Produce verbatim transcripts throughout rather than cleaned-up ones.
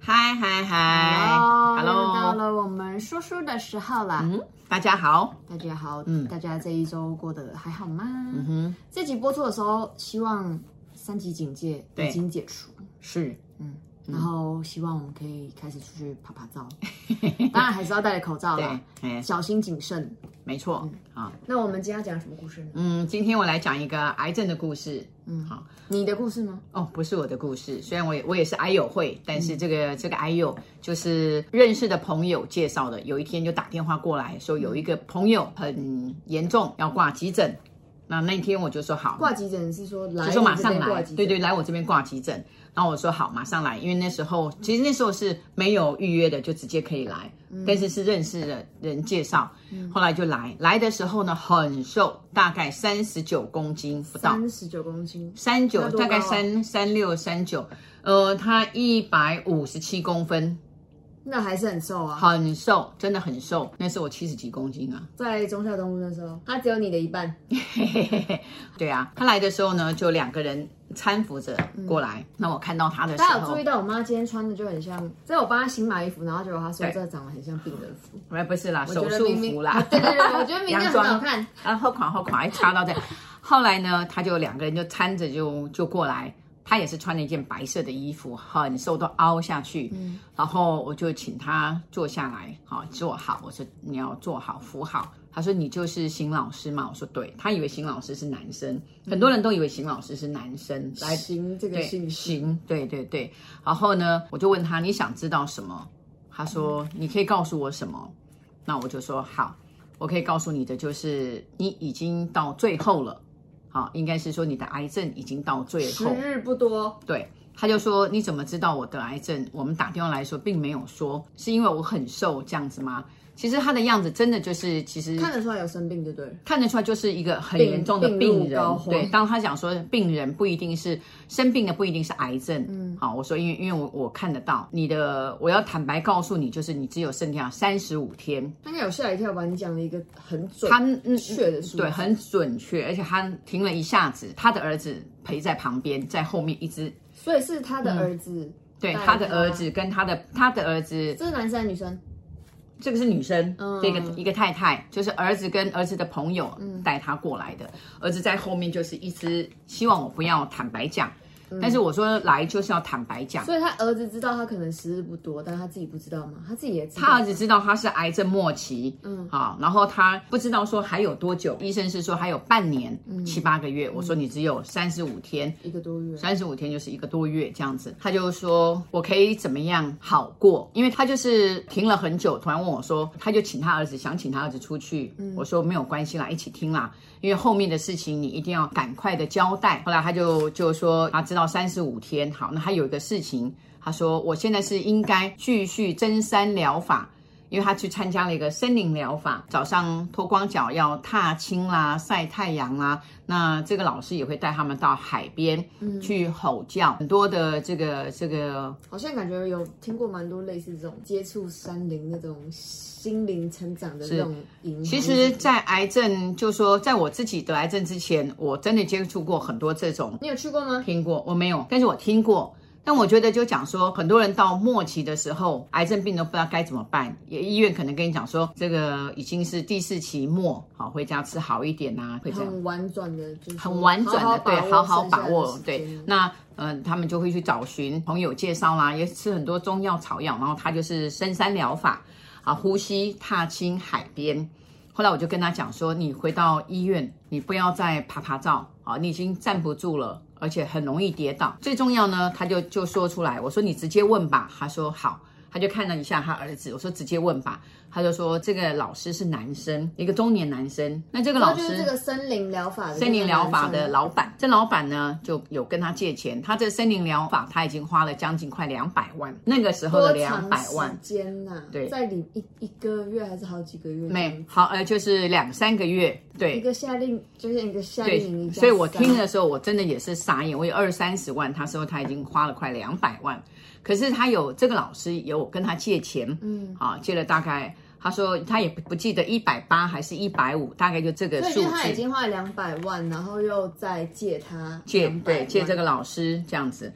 嗨嗨嗨 ，Hello， 到了我们说书的时候啦。 嗯，大家好， 大家好，嗯，大家这一周过得还好吗？ 嗯哼， 这集播出的时候，希望三级警戒已经解除， 是， 嗯，然后希望我们可以开始出去拍拍照，当然还是要戴着口罩啦， 对， 小心谨慎。 没错， 嗯、啊。那我们今天要讲什么故事呢？ 嗯，今天我来讲一个癌症的故事。 嗯，好，你的故事吗？ 哦，不是我的故事，虽然我也我也是癌友会，但是这个、嗯、这个癌友就是认识的朋友介绍的。有一天就打电话过来说，有一个朋友很严重，要挂急诊。那那天我就说好， 挂急诊是说来， 就说马上来，对对，来我这边挂急诊。然后我说好，马上来，因为那时候其实那时候是没有预约的，就直接可以来，嗯、但是是认识的人介绍，嗯、后来就来。来的时候呢，很瘦，大概三十九公斤不到， 三十九公斤， 三九大概三三六三九，呃，他一百五十七公分。 那还是很瘦啊， 很瘦，真的很瘦。那是我七十几公斤啊， 在忠孝东路那时候，他只有你的一半。 对啊，他来的时候呢，就两个人搀扶着过来。嗯、那我看到他的时候， 大家有注意到我妈今天穿的就很像，在我帮她新买衣服，然后结果她说这长得很像病人服。 哎，不是啦，手术服啦。 对对对，我觉得明明很好看。 然后后款后款还插到这。后来呢，他就两个人就搀着就就过来。他也是穿了一件白色的衣服，很瘦，都凹下去。嗯，然后我就请他坐下来，好坐好。我说你要坐好，扶好。他说你就是邢老师吗？我说对。他以为邢老师是男生，嗯、很多人都以为邢老师是男生。来， 邢这个姓邢，对对对。然后呢，我就问他你想知道什么？他说、嗯、你可以告诉我什么？那我就说好，我可以告诉你的就是你已经到最后了。好，应该是说你的癌症已经到最后， 时日不多。 对，他就说你怎么知道我得癌症？我们打电话来说，并没有说是因为我很瘦这样子吗？其实他的样子真的就是，其实看得出来有生病，对不对？ 看得出来就是一个很严重的病人。对，当他讲说病人不一定是生病的，不一定是癌症。嗯，好，我说因为因为我我看得到你的，我要坦白告诉你，就是你只有剩下三十五天。 应该有吓一跳吧？你讲了一个很准确的数字， 对，很准确，而且他停了一下子，他的儿子陪在旁边，在后面一直， 所以是他的儿子，嗯、 对，他的儿子跟他的他的儿子， 这是男生还是女生？ 这个是女生，嗯、这个一个太太，就是儿子跟儿子的朋友带他过来的。嗯、儿子在后面就是一直希望我不要坦白讲，嗯、但是我说来就是要坦白讲。 所以他儿子知道他可能时日不多，但是他自己不知道吗？他自己也知道。 他儿子知道他是癌症末期，嗯，好，然后他不知道说还有多久，医生是说还有半年、嗯、七八个月。我说你只有三十五天， 一个多月， 三十五天就是一个多月这样子。他就说我可以怎么样好过？因为他就是停了很久，突然问我说，他就请他儿子，想请他儿子出去。嗯、我说没有关系啦，一起听啦，因为后面的事情你一定要赶快的交代。后来他就就说他知道三十五天，好，那他有一个事情。他说我现在是应该继续登山疗法，因为他去参加了一个森林疗法，早上脱光脚要踏青啦，晒太阳啦。那这个老师也会带他们到海边去吼叫，嗯、很多的这个这个， 好像感觉有听过蛮多类似这种接触山林那种心灵成长的这种营。 其实，在癌症，就说在我自己得癌症之前，我真的接触过很多这种。 你有去过吗？ 听过，我没有，但是我听过。但我觉得就讲说，很多人到末期的时候，癌症病都不知道该怎么办，也医院可能跟你讲说，这个已经是第四期末，好，回家吃好一点啊，会这样很婉转的，就是很婉转的，对，好好把握，对。那嗯、呃，他们就会去找寻朋友介绍啦，也吃很多中药草药，然后他就是深山疗法，啊，呼吸、踏青、海边。后来我就跟他讲说，你回到医院，你不要再爬爬照，啊，你已经站不住了。而且很容易跌倒，最重要呢，他就就说出来，我说你直接问吧，他说好，他就看了一下他儿子，我说直接问吧，他就说这个老师是男生，一个中年男生，那这个老师就是这个森林疗法的森林疗法的老板，这老板呢就有跟他借钱，他这森林疗法他已经花了将近快两百万，那个时候的两百万， 多长时间呐、啊？ 对， 在里一一个月还是好几个月？ 没好呃，就是两三个月。对， 一个夏令就是一个夏令营， 所以我听的时候我真的也是傻眼，我有二三十万，他说他已经花了快两百万，可是他有这个老师有跟他借钱，嗯，啊，借了大概。他说他也不记得一百八还是一百五，大概就这个数字。 所以他已经花了两百万，然后又再借他借对借这个老师这样子。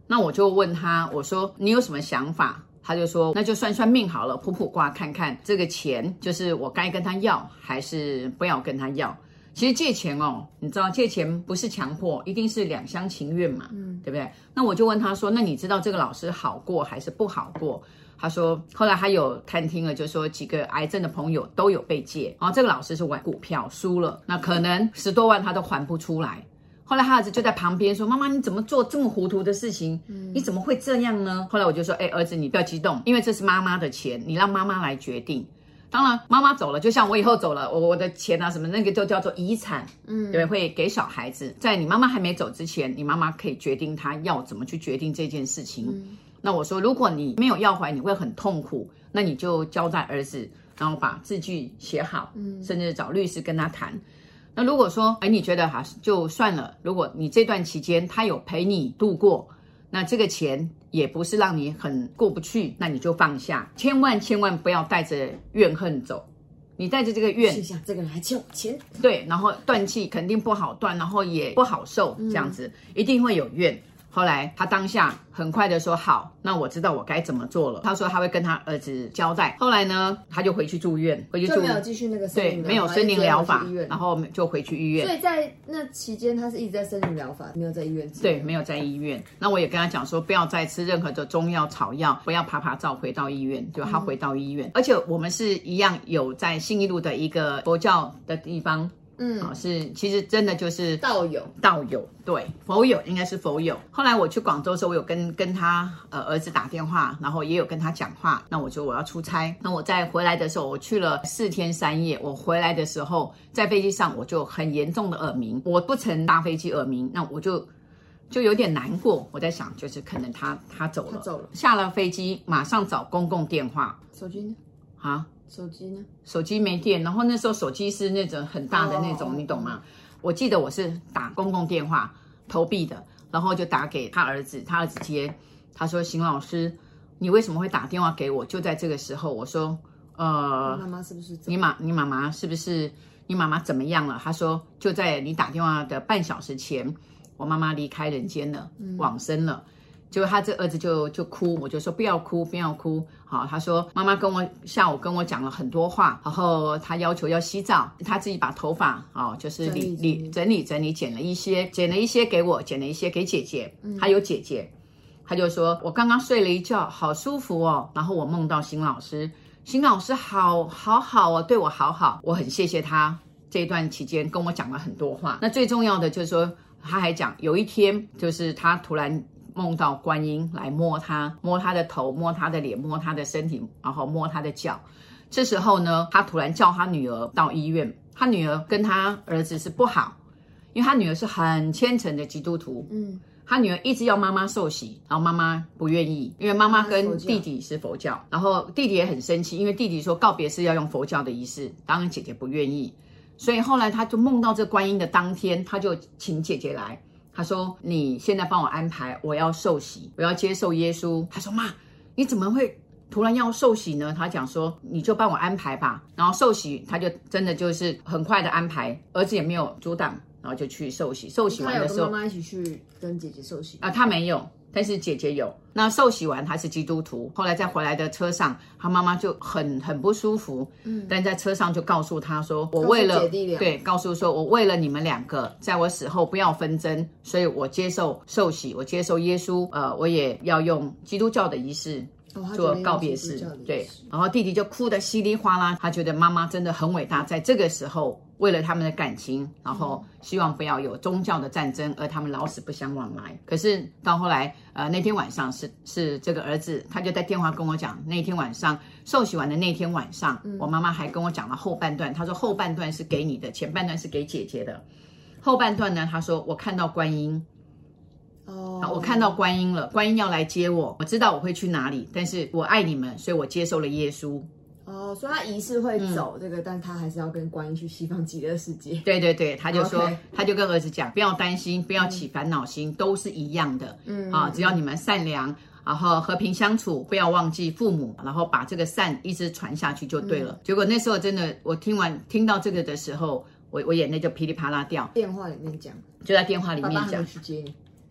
那我就问他，我说你有什么想法？他就说那就算算命好了，卜卜卦看看这个钱就是我该跟他要还是不要跟他要。其实借钱哦，你知道借钱不是强迫，一定是两厢情愿嘛，嗯，对不对？那我就问他说，那你知道这个老师好过还是不好过？他说后来他有探听了，就说几个癌症的朋友都有被借，然后这个老师是玩股票输了，那可能十多万他都还不出来。后来他儿子就在旁边说，妈妈你怎么做这么糊涂的事情，你怎么会这样呢？后来我就说，哎，儿子你不要激动，因为这是妈妈的钱，你让妈妈来决定。当然妈妈走了，就像我以后走了，我我的钱啊什么那个就叫做遗产，嗯，对，会给小孩子。在你妈妈还没走之前，你妈妈可以决定她要怎么去决定这件事情。嗯，那我说如果你没有要回来，你会很痛苦，那你就交代儿子，然后把字据写好，嗯，甚至找律师跟他谈。那如果说哎你觉得哈就算了，如果你这段期间他有陪你度过，那这个钱也不是让你很过不去，那你就放下，千万千万不要带着怨恨走。你带着这个怨， 心想这个人还欠我钱， 对，然后断气肯定不好断，然后也不好受，这样子、嗯、一定会有怨。后来他当下很快的说好，那我知道我该怎么做了。他说他会跟他儿子交代。后来呢，他就回去住院，回去住就没有继续那个森林疗法， 对，没有森林疗法，然后就回去医院。 所以在那期间，他是一直在森林疗法，没有在医院治疗。 对，没有在医院。那我也跟他讲说，不要再吃任何的中药、草药，不要爬爬照回到医院。就他回到医院，嗯、而且我们是一样有在信义路的一个佛教的地方。嗯，啊、哦，是，其实真的就是道友， 道友，对，佛友应该是佛友。后来我去广州的时候，我有跟跟他呃儿子打电话，然后也有跟他讲话。那我就我要出差，那我在回来的时候，我去了四天三夜。我回来的时候，在飞机上我就很严重的耳鸣，我不曾搭飞机耳鸣，那我就就有点难过。我在想，就是可能他他走了， 他走了， 下了飞机马上找公共电话， 手机呢？ 啊？ 手机呢？ 手机没电，然后那时候手机是那种很大的那种， oh, 你懂吗？我记得我是打公共电话投币的，然后就打给他儿子，他儿子接，他说：“邢老师，你为什么会打电话给我？”就在这个时候，我说：“呃， 妈妈是不是你妈你妈妈是不是你妈妈怎么样了？”他说：“就在你打电话的半小时前，我妈妈离开人间了，嗯、往生了。”结果他这儿子就就哭，我就说不要哭，不要哭。好，他说妈妈跟我下午跟我讲了很多话，然后他要求要洗澡，他自己把头发哦，就是理理整理整理，剪了一些，剪了一些给我，剪了一些给姐姐。嗯、他有姐姐，他就说我刚刚睡了一觉，好舒服哦。然后我梦到邢老师，邢老师好好好哦，对我好好，我很谢谢他这一段期间跟我讲了很多话。那最重要的就是说，他还讲有一天就是他突然梦到观音来摸他，摸他的头，摸他的脸，摸他的身体，然后摸他的脚。这时候呢，他突然叫他女儿到医院。他女儿跟他儿子是不好，因为他女儿是很虔诚的基督徒。嗯，他女儿一直要妈妈受洗，然后妈妈不愿意，因为妈妈跟弟弟是佛教，然后弟弟也很生气，因为弟弟说告别式要用佛教的仪式，当然姐姐不愿意，所以后来他就梦到这观音的当天，他就请姐姐来。他说你现在帮我安排，我要受洗，我要接受耶稣。他说妈，你怎么会突然要受洗呢？他讲说你就帮我安排吧。然后受洗他就真的就是很快的安排，儿子也没有阻挡，然后就去受洗。受洗完的时候， 他有跟妈妈一起去跟姐姐受洗啊？他没有，但是姐姐有。那受洗完他是基督徒，后来在回来的车上，他妈妈就很很不舒服，嗯，但在车上就告诉他说，我为了对告诉说我为了你们两个，在我死后不要纷争，所以我接受受洗，我接受耶稣，呃，我也要用基督教的仪式做告别式，哦、对。然后弟弟就哭得稀里哗啦，他觉得妈妈真的很伟大，在这个时候为了他们的感情，然后希望不要有宗教的战争，而他们老死不相往来。可是到后来，呃，那天晚上是是这个儿子，他就在电话跟我讲，那天晚上受洗完的那天晚上，嗯、我妈妈还跟我讲了后半段，她说后半段是给你的，前半段是给姐姐的。后半段呢，她说我看到观音。哦，我看到观音了，观音要来接我，我知道我会去哪里，但是我爱你们，所以我接受了耶稣。 哦，所以他仪式会走、嗯、这个，但他还是要跟观音去西方极乐世界。 对对对，他就说， okay. 他就跟儿子讲，不要担心，不要起烦恼心，嗯、都是一样的。嗯啊，只要你们善良，然后和平相处，不要忘记父母，然后把这个善一直传下去就对了。嗯、结果那时候真的，我听完听到这个的时候，我我眼泪就噼里啪啦掉。 电话里面讲， 就在电话里面讲。 爸爸还没去接你。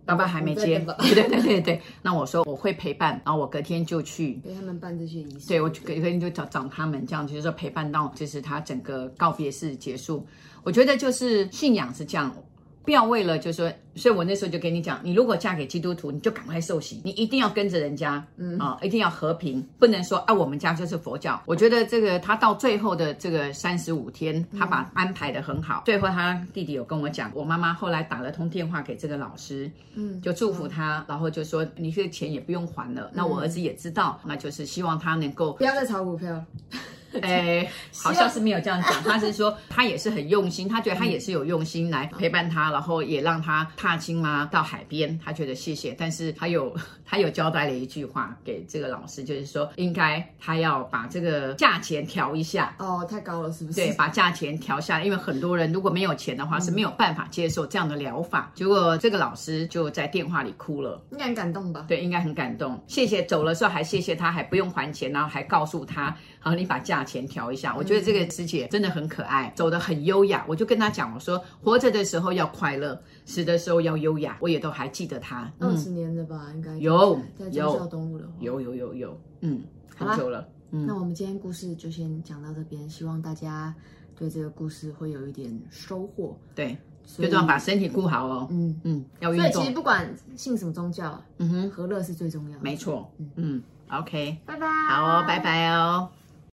爸爸还没接，对对对对对。那我说我会陪伴，然后我隔天就去给他们办这些仪式。 对，我隔天就找找他们，这样就是说陪伴到就是他整个告别式结束。我觉得就是信仰是这样。不要为了就是说，所以我那时候就跟你讲，你如果嫁给基督徒，你就赶快受洗，你一定要跟着人家，嗯啊，一定要和平，不能说啊，我们家就是佛教。我觉得这个他到最后的这个三十五天，他把安排的很好。嗯、最后他弟弟有跟我讲，我妈妈后来打了通电话给这个老师，嗯，就祝福他，然后就说你这个钱也不用还了。嗯、那我儿子也知道，那就是希望他能够不要再炒股票。 哎，好像是没有这样讲，他是说他也是很用心，他觉得他也是有用心来陪伴他，然后也让他踏青嘛到海边，他觉得谢谢。但是他有他有交代了一句话给这个老师，就是说应该他要把这个价钱调一下。 哦，太高了是不是？ 对，把价钱调下来，因为很多人如果没有钱的话是没有办法接受这样的疗法。结果这个老师就在电话里哭了， 应该很感动吧？ 对，应该很感动。谢谢，走的时候还谢谢他，还不用还钱，然后还告诉他，好，你把价钱调一下。我觉得这个师姐真的很可爱，走得很优雅。我就跟她讲，我说活着的时候要快乐，死的时候要优雅。我也都还记得她。 二十年了吧？应该有在忠孝东路的话， 有有有有，嗯，很久了。 嗯，那我们今天故事就先讲到这边，希望大家对这个故事会有一点收获。 对，就这样把身体顾好哦。嗯嗯，要运动。 所以其实不管信什么宗教，嗯哼，和乐是最重要的。 没错。嗯嗯 ，OK， 拜拜。 好哦，拜拜哦。